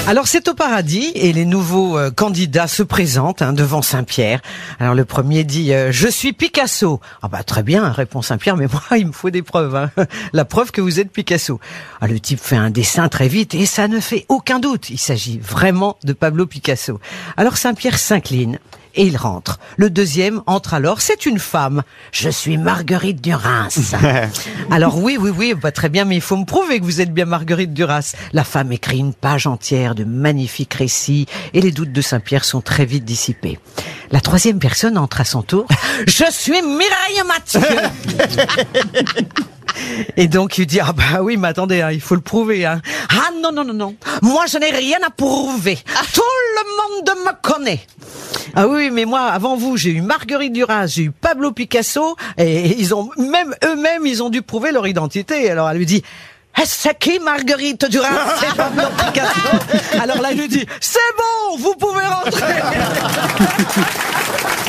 Alors c'est au paradis et les nouveaux candidats se présentent devant Saint-Pierre. Alors le premier dit je suis Picasso. Ah bah très bien, répond Saint-Pierre, mais moi il me faut des preuves. La preuve que vous êtes Picasso. Ah, le type fait un dessin très vite et ça ne fait aucun doute. Il s'agit vraiment de Pablo Picasso. Alors Saint-Pierre s'incline et il rentre. Le deuxième entre alors, c'est une femme. Je suis Marguerite Duras. Alors oui, bah, très bien, mais il faut me prouver que vous êtes bien Marguerite Duras. La femme écrit une page entière de magnifiques récits et les doutes de Saint-Pierre sont très vite dissipés. La troisième personne entre à son tour. Je suis Mireille Mathieu. Et donc il dit ah bah oui mais attendez il faut le prouver Ah non moi je n'ai rien à prouver. Tout le monde me connaît. Ah oui mais moi avant vous j'ai eu Marguerite Duras, j'ai eu Pablo Picasso et ils ont même eux-mêmes ils ont dû prouver leur identité. Alors elle lui dit c'est qui Marguerite Duras? C'est Pablo Picasso. Alors là elle lui dit c'est bon vous pouvez rentrer.